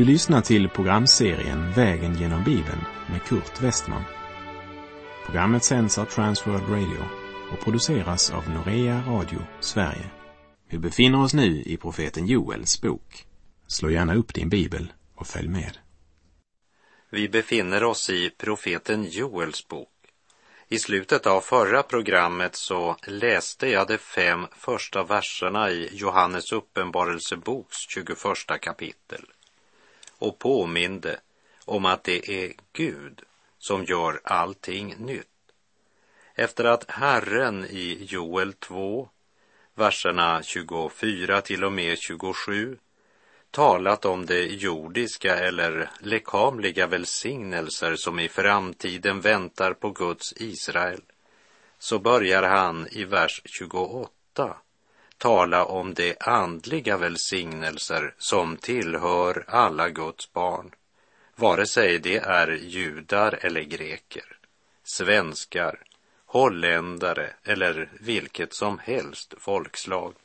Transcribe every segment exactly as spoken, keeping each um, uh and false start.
Du lyssnar till programserien Vägen genom Bibeln med Kurt Westman. Programmet sänds av Transworld Radio och produceras av Norea Radio Sverige. Vi befinner oss nu i profeten Joels bok. Slå gärna upp din bibel och följ med. Vi befinner oss i profeten Joels bok. I slutet av förra programmet så läste jag de fem första verserna i Johannes uppenbarelseboks tjugoförsta kapitel och påminde om att det är Gud som gör allting nytt. Efter att Herren i Joel två, verserna tjugofyra till och med tjugosju, talat om de jordiska eller lekamliga välsignelser som i framtiden väntar på Guds Israel, så börjar han i vers tjugoåtta tala om de andliga välsignelser som tillhör alla Guds barn, vare sig det är judar eller greker, svenskar, holländare eller vilket som helst folkslag.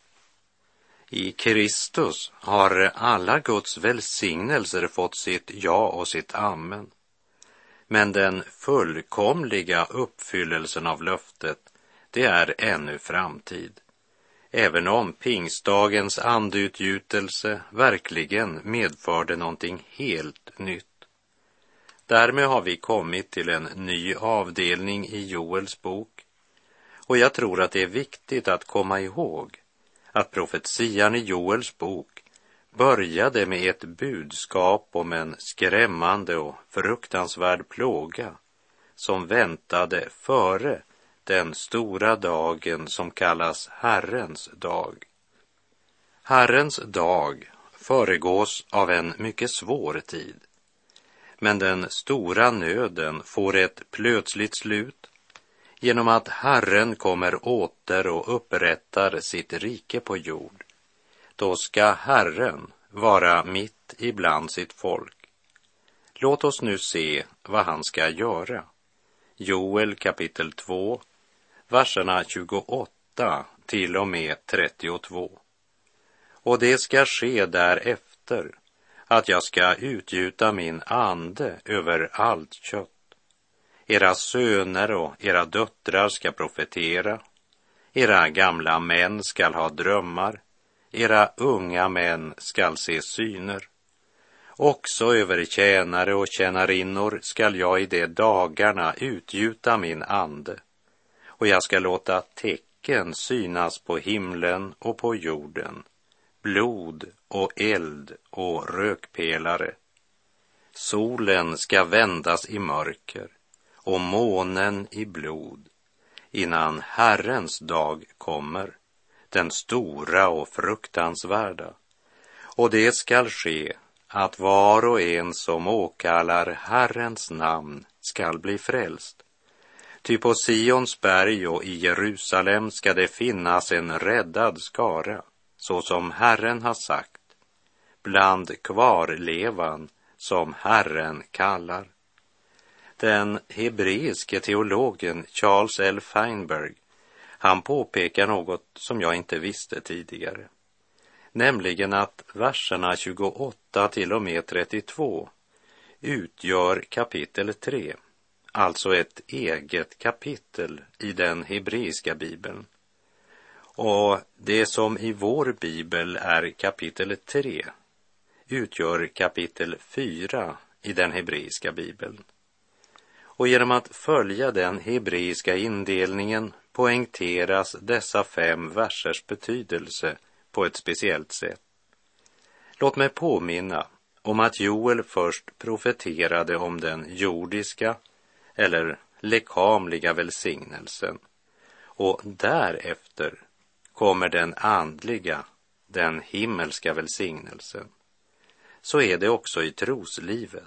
I Kristus har alla Guds välsignelser fått sitt ja och sitt amen. Men den fullkomliga uppfyllelsen av löftet, det är ännu framtid. Även om pingstdagens andeutgjutelse verkligen medförde någonting helt nytt. Därmed har vi kommit till en ny avdelning i Joels bok. Och jag tror att det är viktigt att komma ihåg att profetian i Joels bok började med ett budskap om en skrämmande och fruktansvärd plåga som väntade före den stora dagen som kallas Herrens dag. Herrens dag föregås av en mycket svår tid, men den stora nöden får ett plötsligt slut genom att Herren kommer åter och upprättar sitt rike på jord. Då ska Herren vara mitt ibland sitt folk. Låt oss nu se vad han ska göra. Joel kapitel två, verserna tjugoåtta till och med trettiotvå. Och det ska ske därefter att jag ska utgjuta min ande över allt kött. Era söner och era döttrar ska profetera, era gamla män skall ha drömmar, era unga män skall se syner. Också över tjänare och tjänarinnor skall jag i de dagarna utgjuta min ande, och jag ska låta tecken synas på himlen och på jorden, blod och eld och rökpelare. Solen ska vändas i mörker och månen i blod, innan Herrens dag kommer, den stora och fruktansvärda. Och det skall ske att var och en som åkallar Herrens namn skall bli frälst. Ty på Sions berg och i Jerusalem ska det finnas en räddad skara, så som Herren har sagt, bland kvarlevan som Herren kallar. Den hebreiske teologen Charles L. Feinberg, han påpekar något som jag inte visste tidigare. Nämligen att verserna tjugoåtta till och med trettiotvå utgör kapitel tre, alltså ett eget kapitel i den hebreiska bibeln. Och det som i vår bibel är kapitel tre utgör kapitel fyra i den hebreiska bibeln. Och genom att följa den hebreiska indelningen poängteras dessa fem versers betydelse på ett speciellt sätt. Låt mig påminna om att Joel först profeterade om den jordiska eller lekamliga välsignelsen, och därefter kommer den andliga, den himmelska välsignelsen. Så är det också i troslivet.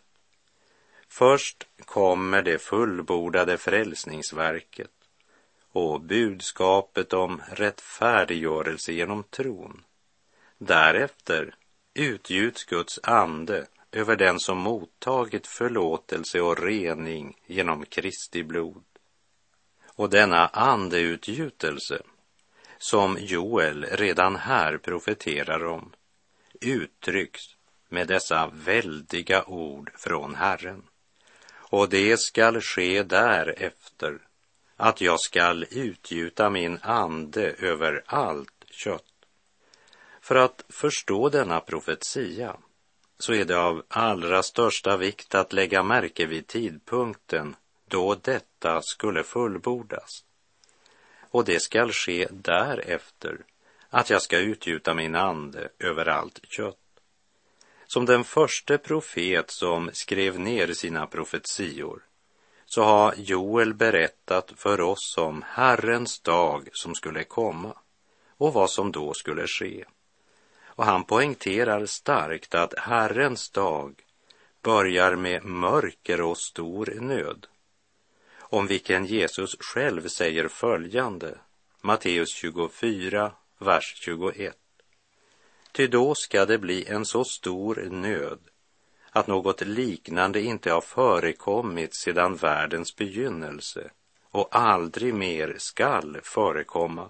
Först kommer det fullbordade frälsningsverket och budskapet om rättfärdiggörelse genom tron. Därefter utgjuts Guds ande över den som mottagit förlåtelse och rening genom Kristi blod. Och denna andeutgjutelse, som Joel redan här profeterar om, uttrycks med dessa väldiga ord från Herren. Och det skall ske därefter, att jag skall utgjuta min ande över allt kött. För att förstå denna profetia så är det av allra största vikt att lägga märke vid tidpunkten då detta skulle fullbordas. Och det skall ske därefter, att jag ska utgjuta min ande över allt kött. Som den första profet som skrev ner sina profetior så har Joel berättat för oss om Herrens dag som skulle komma och vad som då skulle ske. Och han poängterar starkt att Herrens dag börjar med mörker och stor nöd, om vilken Jesus själv säger följande, Matteus tjugofyra, vers tjugoett. Ty då ska det bli en så stor nöd att något liknande inte har förekommit sedan världens begynnelse och aldrig mer skall förekomma.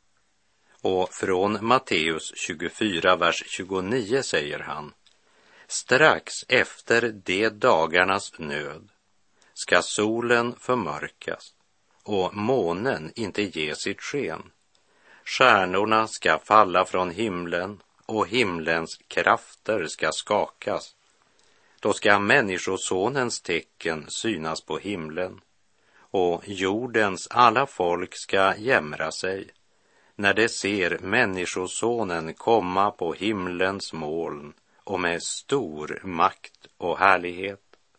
Och från Matteus tjugofyra, vers tjugonio säger han, strax efter de dagarnas nöd ska solen förmörkas och månen inte ge sitt sken. Stjärnorna ska falla från himlen och himlens krafter ska skakas. Då ska människosonens tecken synas på himlen och jordens alla folk ska jämra sig när de ser människosonen komma på himlens moln och med stor makt och härlighet.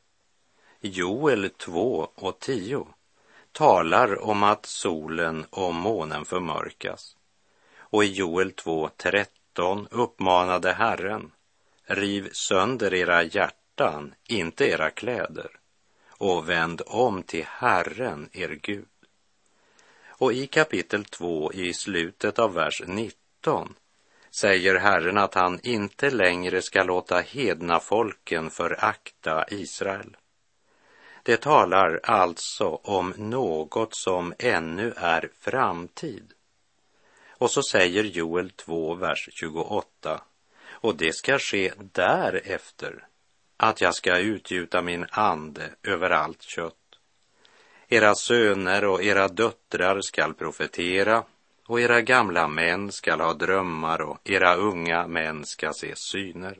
Joel två och tio talar om att solen och månen förmörkas. Och i Joel två tretton uppmanade Herren, riv sönder era hjärtan, inte era kläder, och vänd om till Herren, er Gud. Och i kapitel två i slutet av vers nitton säger Herren att han inte längre ska låta hedna folken förakta Israel. Det talar alltså om något som ännu är framtid. Och så säger Joel två, vers tjugoåtta, och det ska ske därefter att jag ska utgjuta min ande över allt kött. Era söner och era döttrar skall profetera, och era gamla män skall ha drömmar, och era unga män ska se syner.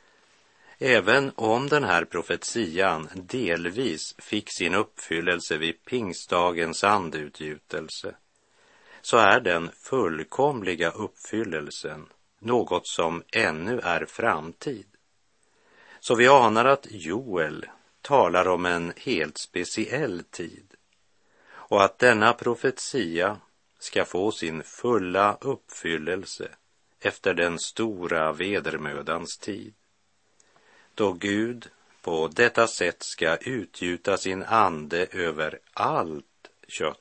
Även om den här profetian delvis fick sin uppfyllelse vid pingstdagens andeutgjutelse, så är den fullkomliga uppfyllelsen något som ännu är framtid. Så vi anar att Joel talar om en helt speciell tid, och att denna profetia ska få sin fulla uppfyllelse efter den stora vedermödans tid, då Gud på detta sätt ska utgjuta sin ande över allt kött.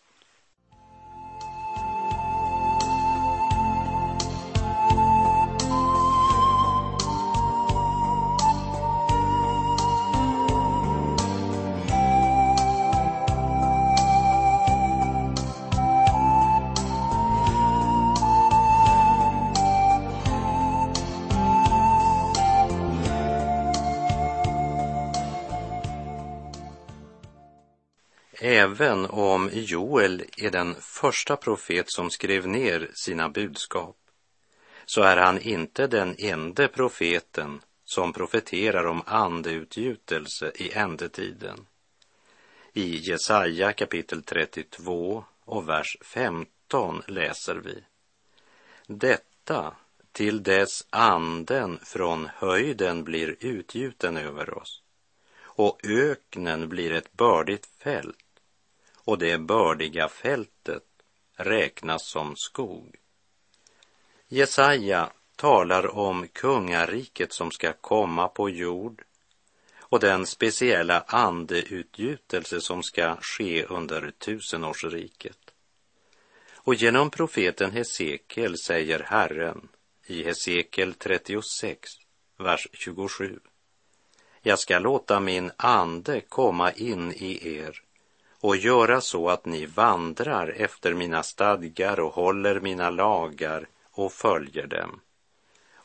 Även om Joel är den första profet som skrev ner sina budskap, så är han inte den enda profeten som profeterar om andeutgjutelse i ändetiden. I Jesaja kapitel trettiotvå och vers femton läser vi: detta till dess anden från höjden blir utgjuten över oss, och öknen blir ett bördigt fält, och det bördiga fältet räknas som skog. Jesaja talar om kungariket som ska komma på jord och den speciella andeutgjutelse som ska ske under tusenårsriket. Och genom profeten Hesekiel säger Herren i Hesekiel trettiosex, vers tjugosju: jag ska låta min ande komma in i er och göra så att ni vandrar efter mina stadgar och håller mina lagar och följer dem.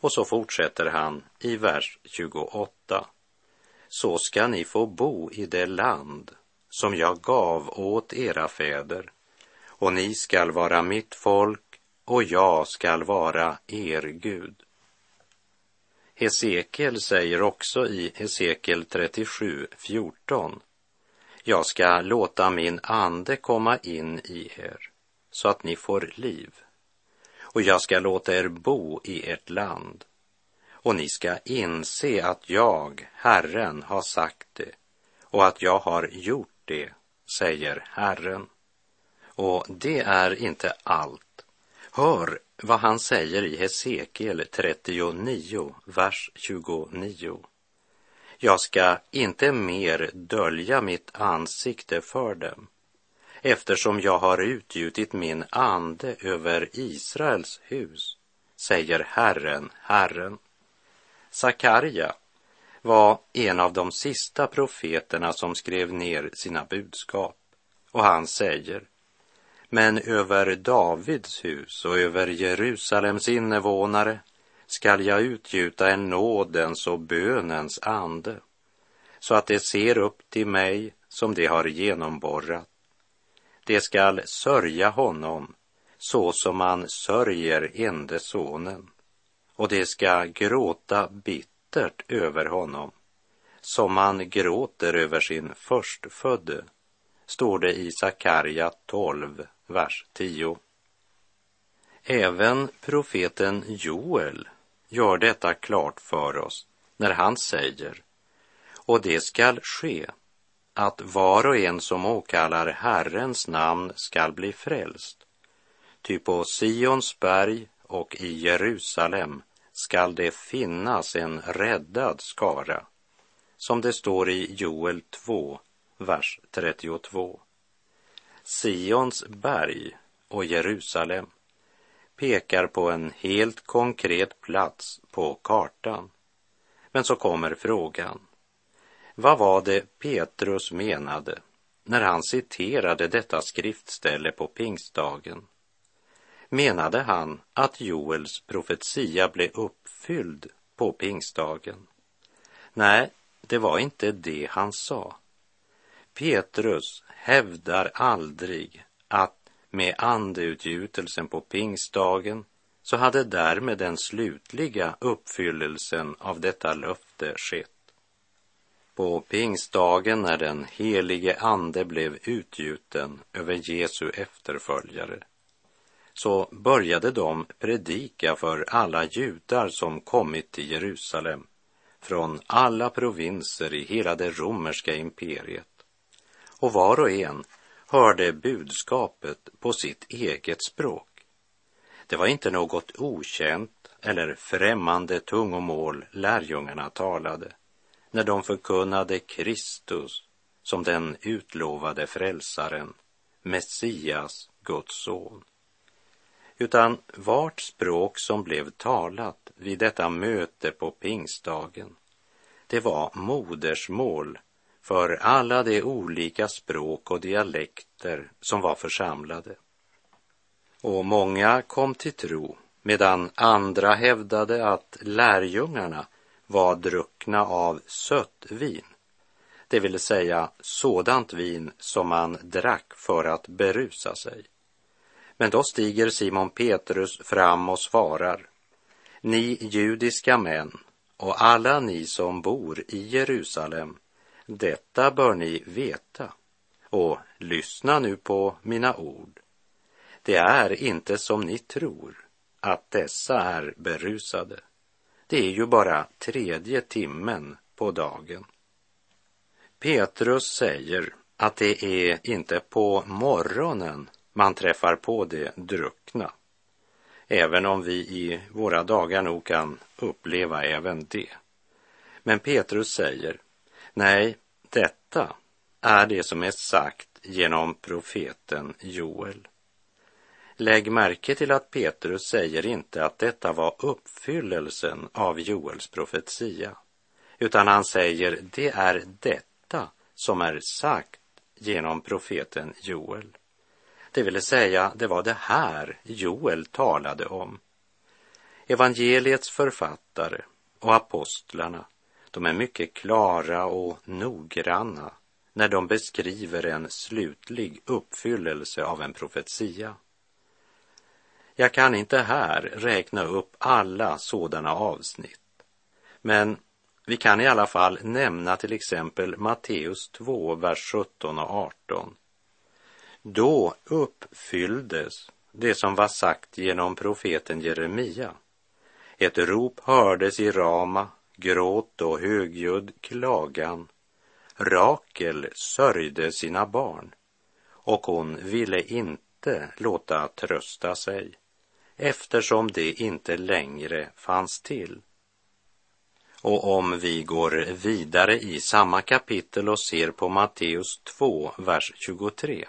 Och så fortsätter han i vers tjugoåtta. Så ska ni få bo i det land som jag gav åt era fäder, och ni skall vara mitt folk, och jag skall vara er Gud. Hesekiel säger också i Hesekiel trettiosju fjorton: jag ska låta min ande komma in i er, så att ni får liv. Och jag ska låta er bo i ert land. Och ni ska inse att jag, Herren, har sagt det, och att jag har gjort det, säger Herren. Och det är inte allt. Hör vad han säger i Hesekiel trettionio, vers tjugonio. Jag ska inte mer dölja mitt ansikte för dem, eftersom jag har utgjutit min ande över Israels hus, säger Herren, Herren. Sakarja var en av de sista profeterna som skrev ner sina budskap, och han säger: men över Davids hus och över Jerusalems invånare skall jag utgjuta en nådens och bönens ande, så att de ser upp till mig som de har genomborrat. De skall sörja honom så som man sörjer ende sonen, och de ska gråta bittert över honom, som man gråter över sin förstfödde, står det i Sakarja tolv, vers tio. Även profeten Joel gör detta klart för oss när han säger: och det skall ske att var och en som åkallar Herrens namn skall bli frälst. Ty på Sions berg och i Jerusalem skall det finnas en räddad skara, som det står i Joel två, vers trettiotvå. Sions berg och Jerusalem pekar på en helt konkret plats på kartan. Men så kommer frågan: vad var det Petrus menade när han citerade detta skriftställe på pingstdagen? Menade han att Joels profetia blev uppfylld på pingstdagen? Nej, det var inte det han sa. Petrus hävdar aldrig att med andeutgjutelsen på pingstdagen så hade därmed den slutliga uppfyllelsen av detta löfte skett. På pingstdagen, när den helige ande blev utgjuten över Jesu efterföljare, så började de predika för alla judar som kommit till Jerusalem från alla provinser i hela det romerska imperiet. Och var och en hörde budskapet på sitt eget språk. Det var inte något okänt eller främmande tungomål lärjungarna talade när de förkunnade Kristus som den utlovade frälsaren, Messias, Guds son. Utan vart språk som blev talat vid detta möte på pingstdagen, det var modersmål för alla de olika språk och dialekter som var församlade. Och många kom till tro, medan andra hävdade att lärjungarna var druckna av sött vin, det vill säga sådant vin som man drack för att berusa sig. Men då stiger Simon Petrus fram och svarar: ni judiska män och alla ni som bor i Jerusalem, detta bör ni veta, och lyssna nu på mina ord. Det är inte som ni tror att dessa är berusade. Det är ju bara tredje timmen på dagen. Petrus säger att det är inte på morgonen man träffar på det druckna, även om vi i våra dagar nog kan uppleva även det. Men Petrus säger: nej, detta är det som är sagt genom profeten Joel. Lägg märke till att Petrus säger inte att detta var uppfyllelsen av Joels profetia, utan han säger det är detta som är sagt genom profeten Joel. Det vill säga, det var det här Joel talade om. Evangeliets författare och apostlarna, de är mycket klara och noggranna när de beskriver en slutlig uppfyllelse av en profetia. Jag kan inte här räkna upp alla sådana avsnitt, men vi kan i alla fall nämna till exempel Matteus två, vers sjutton och arton. Då uppfylldes det som var sagt genom profeten Jeremia. Ett rop hördes i Rama, gråt och högljudd klagan. Rakel sörjde sina barn, och hon ville inte låta trösta sig, eftersom det inte längre fanns till. Och om vi går vidare i samma kapitel och ser på Matteus två, vers tjugotre.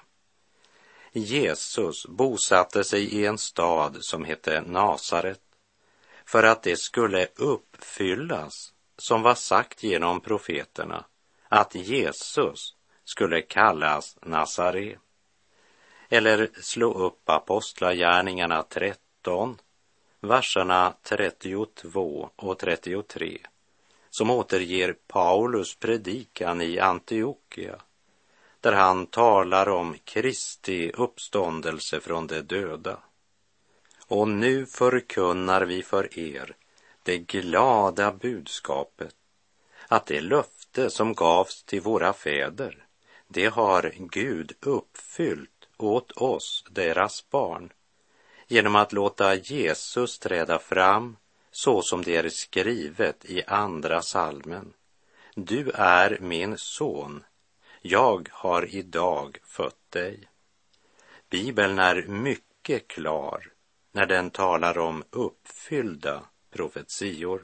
Jesus bosatte sig i en stad som hette Nasaret, för att det skulle uppfyllas som var sagt genom profeterna, att Jesus skulle kallas Nazare. Eller slå upp Apostlagärningarna tretton, verserna trettiotvå och trettiotre, som återger Paulus predikan i Antiochia, där han talar om Kristi uppståndelse från de döda. Och nu förkunnar vi för er det glada budskapet, att det löfte som gavs till våra fäder, det har Gud uppfyllt åt oss, deras barn, genom att låta Jesus träda fram så som det är skrivet i andra salmen. Du är min son, jag har idag fött dig. Bibeln är mycket klar när den talar om uppfyllda profetior.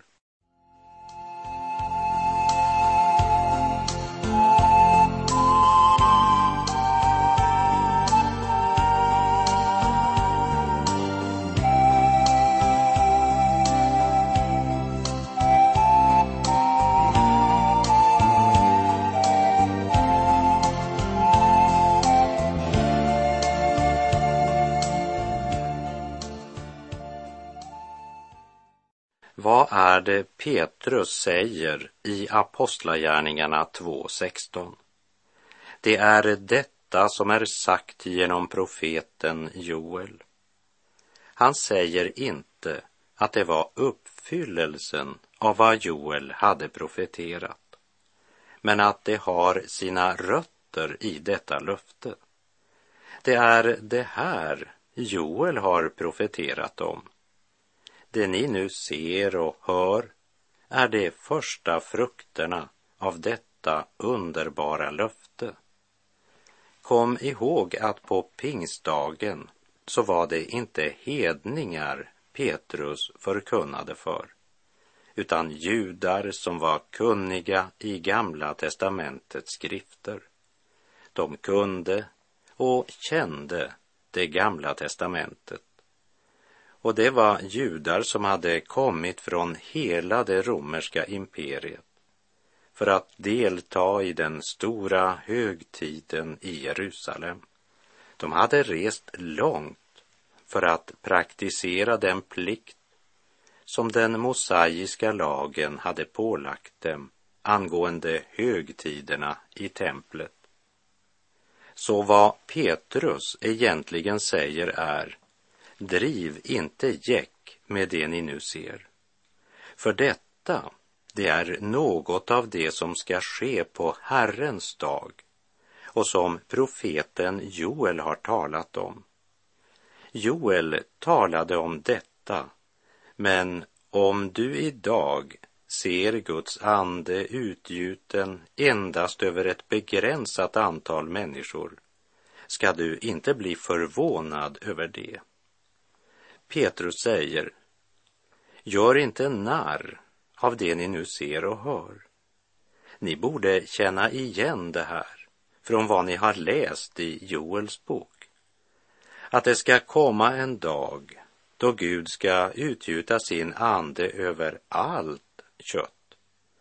Vad är det Petrus säger i Apostlagärningarna två sexton? Det är detta som är sagt genom profeten Joel. Han säger inte att det var uppfyllelsen av vad Joel hade profeterat, men att det har sina rötter i detta löfte. Det är det här Joel har profeterat om. Det ni nu ser och hör är de första frukterna av detta underbara löfte. Kom ihåg att på pingstdagen så var det inte hedningar Petrus förkunnade för, utan judar som var kunniga i Gamla testamentets skrifter. De kunde och kände det Gamla testamentet. Och det var judar som hade kommit från hela det romerska imperiet för att delta i den stora högtiden i Jerusalem. De hade rest långt för att praktisera den plikt som den mosaiska lagen hade pålagt dem angående högtiderna i templet. Så vad Petrus egentligen säger är: driv inte gäck med det ni nu ser. För detta, det är något av det som ska ske på Herrens dag och som profeten Joel har talat om. Joel talade om detta, men om du idag ser Guds ande utgjuten endast över ett begränsat antal människor, ska du inte bli förvånad över det. Petrus säger: gör inte narr av det ni nu ser och hör. Ni borde känna igen det här från vad ni har läst i Joels bok. Att det ska komma en dag då Gud ska utgjuta sin ande över allt kött.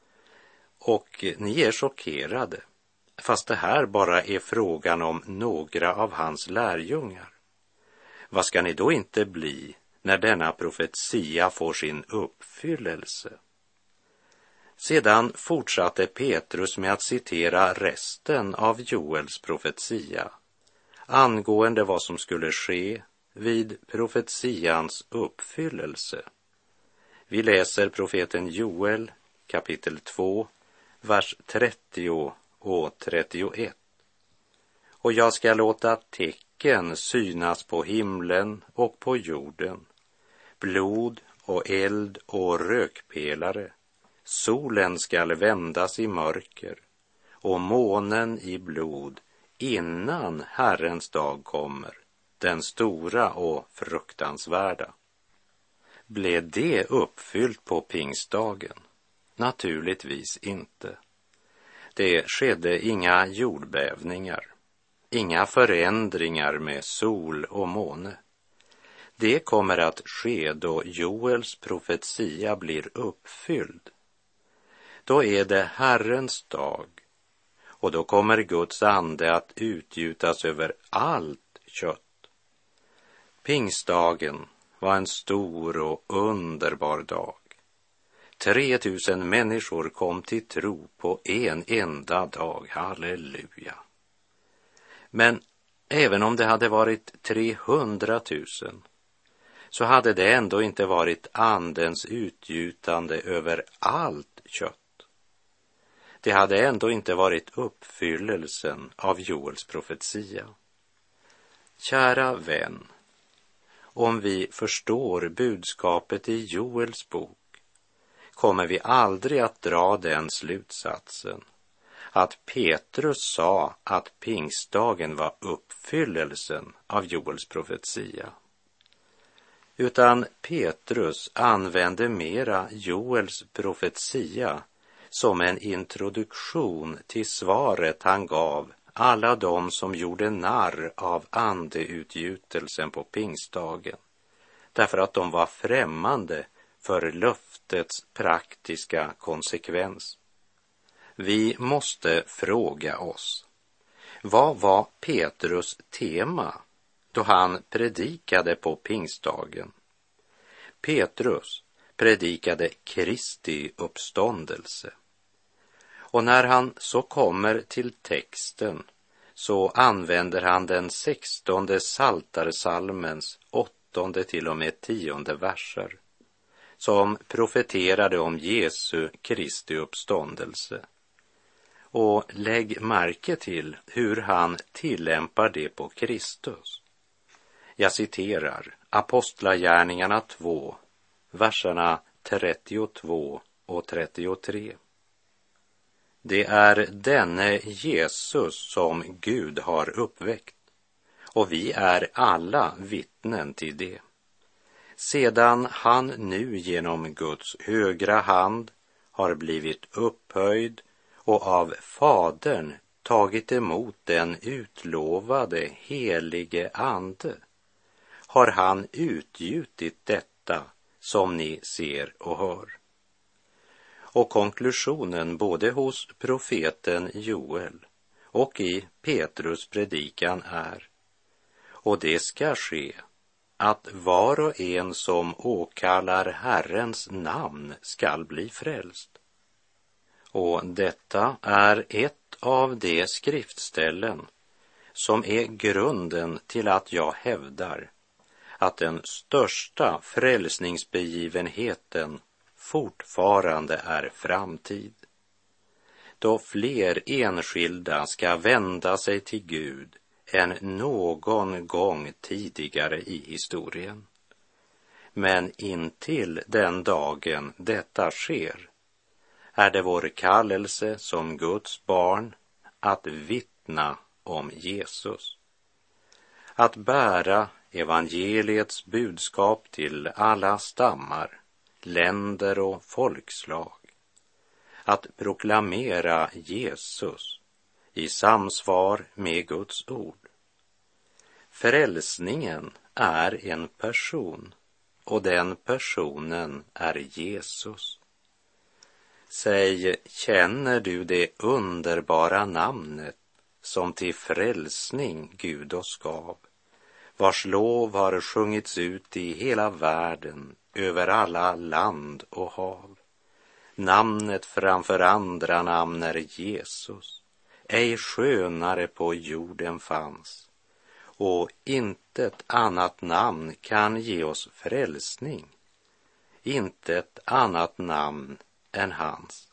Och ni är chockerade, fast det här bara är frågan om några av hans lärjungar. Vad ska ni då inte bli när denna profetia får sin uppfyllelse. Sedan fortsatte Petrus med att citera resten av Joels profetia angående vad som skulle ske vid profetians uppfyllelse. Vi läser profeten Joel kapitel två, vers trettio och trettioett. Och jag ska låta tecken synas på himlen och på jorden, blod och eld och rökpelare. Solen skall vändas i mörker och månen i blod innan Herrens dag kommer, den stora och fruktansvärda. Blev det uppfyllt på pingstdagen? Naturligtvis inte. Det skedde inga jordbävningar, inga förändringar med sol och måne. Det kommer att ske då Joels profetia blir uppfylld. Då är det Herrens dag, och då kommer Guds ande att utgjutas över allt kött. Pingstdagen var en stor och underbar dag. tre tusen människor kom till tro på en enda dag, halleluja. Men även om det hade varit trehundratusen, så hade det ändå inte varit andens utgjutande över allt kött. Det hade ändå inte varit uppfyllelsen av Joels profetia. Kära vän, om vi förstår budskapet i Joels bok, kommer vi aldrig att dra den slutsatsen att Petrus sa att pingstdagen var uppfyllelsen av Joels profetia. Utan Petrus använde mera Joels profetia som en introduktion till svaret han gav alla de som gjorde narr av andeutgjutelsen på pingstdagen, därför att de var främmande för löftets praktiska konsekvens. Vi måste fråga oss, vad var Petrus tema då han predikade på pingstdagen? Petrus predikade Kristi uppståndelse. Och när han så kommer till texten så använder han den sextonde Psaltarpsalmens åttonde till och med tionde verser som profeterade om Jesu Kristi uppståndelse. Och lägg märke till hur han tillämpar det på Kristus. Jag citerar Apostlagärningarna två, verserna trettiotvå och trettiotre. Det är denne Jesus som Gud har uppväckt, och vi är alla vittnen till det. Sedan han nu genom Guds högra hand har blivit upphöjd och av Fadern tagit emot den utlovade helige ande, har han utgjutit detta som ni ser och hör. Och konklusionen både hos profeten Joel och i Petrus predikan är: och det ska ske att var och en som åkallar Herrens namn skall bli frälst. Och detta är ett av de skriftställen som är grunden till att jag hävdar att den största frälsningsbegivenheten fortfarande är framtid, då fler enskilda ska vända sig till Gud än någon gång tidigare i historien. Men intill den dagen detta sker är det vår kallelse som Guds barn att vittna om Jesus, att bära evangeliets budskap till alla stammar, länder och folkslag, att proklamera Jesus i samsvar med Guds ord. Frälsningen är en person, och den personen är Jesus. Säg, känner du det underbara namnet som till frälsning Gud oss gav, vars lov har sjungits ut i hela världen, över alla land och hav. Namnet framför andra namn är Jesus, ej skönare på jorden fanns, och intet annat namn kan ge oss frälsning, intet annat namn än hans.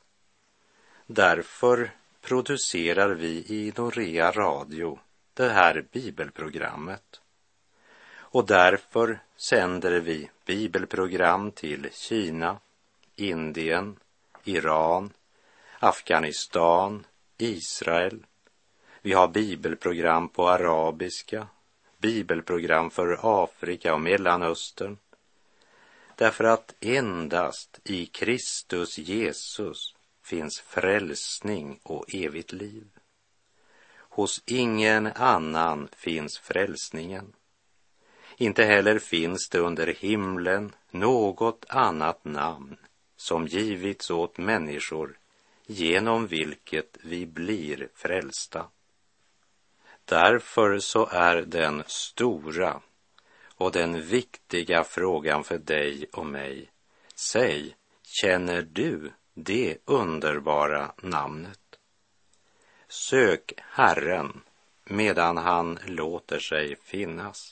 Därför producerar vi i Norea Radio det här bibelprogrammet. Och därför sänder vi bibelprogram till Kina, Indien, Iran, Afghanistan, Israel. Vi har bibelprogram på arabiska, bibelprogram för Afrika och Mellanöstern. Därför att endast i Kristus Jesus finns frälsning och evigt liv. Hos ingen annan finns frälsningen. Inte heller finns det under himlen något annat namn som givits åt människor genom vilket vi blir frälsta. Därför så är den stora och den viktiga frågan för dig och mig: säg, känner du det underbara namnet? Sök Herren medan han låter sig finnas.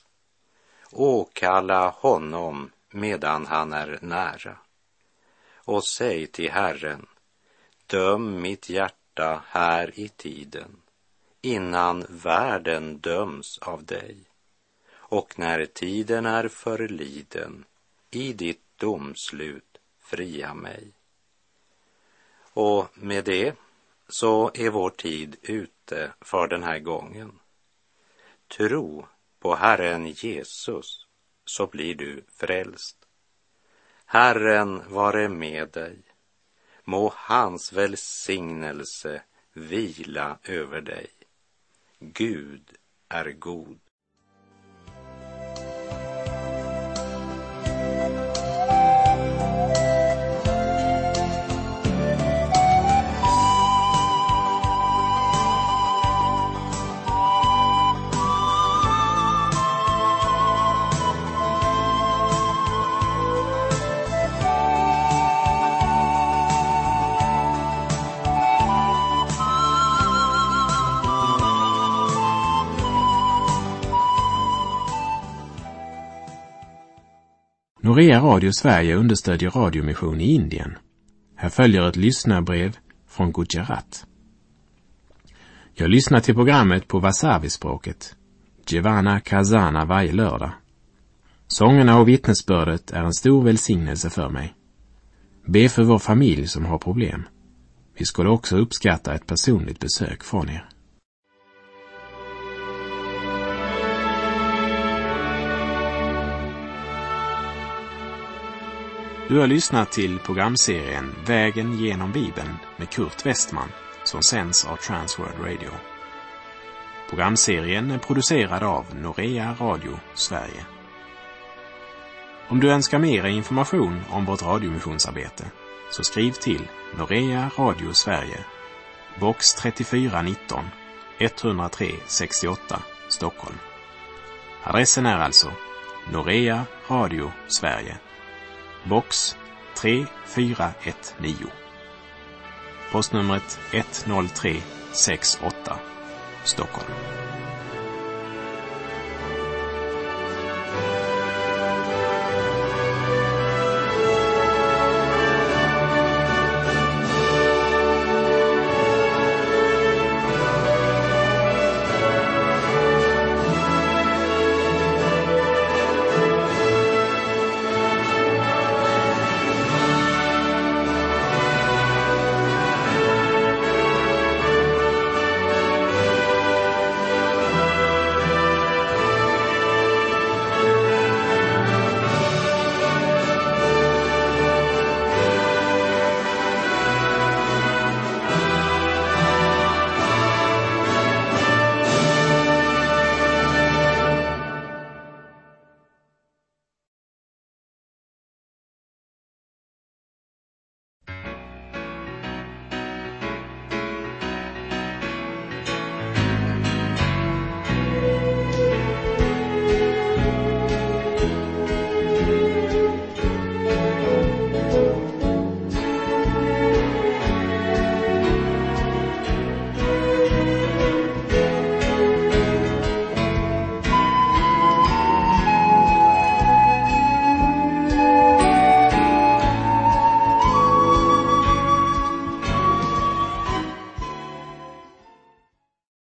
Åkalla honom medan han är nära. Och säg till Herren: döm mitt hjärta här i tiden, innan världen döms av dig. Och när tiden är förliden, i ditt domslut fria mig. Och med det så är vår tid ute för den här gången. Tro på Herren Jesus, så blir du frälst. Herren vare med dig. Må hans välsignelse vila över dig. Gud är god. Norea Radio Sverige understödjer radiomission i Indien. Här följer ett lyssnarbrev från Gujarat. Jag lyssnar till programmet på Vasavi-språket, Jevana Kazana, varje lördag. Sångerna och vittnesbördet är en stor välsignelse för mig. Be för vår familj som har problem. Vi skulle också uppskatta ett personligt besök från er. Du har lyssnat till programserien Vägen genom Bibeln med Kurt Westman som sänds av Transworld Radio. Programserien är producerad av Norea Radio Sverige. Om du önskar mer information om vårt radiomissionsarbete så skriv till Norea Radio Sverige, box trettiofyra nitton, etthundratre sextioåtta, Stockholm. Adressen är alltså Norea Radio Sverige, box tre fyra ett nio. Postnumret ett noll tre sex åtta, Stockholm.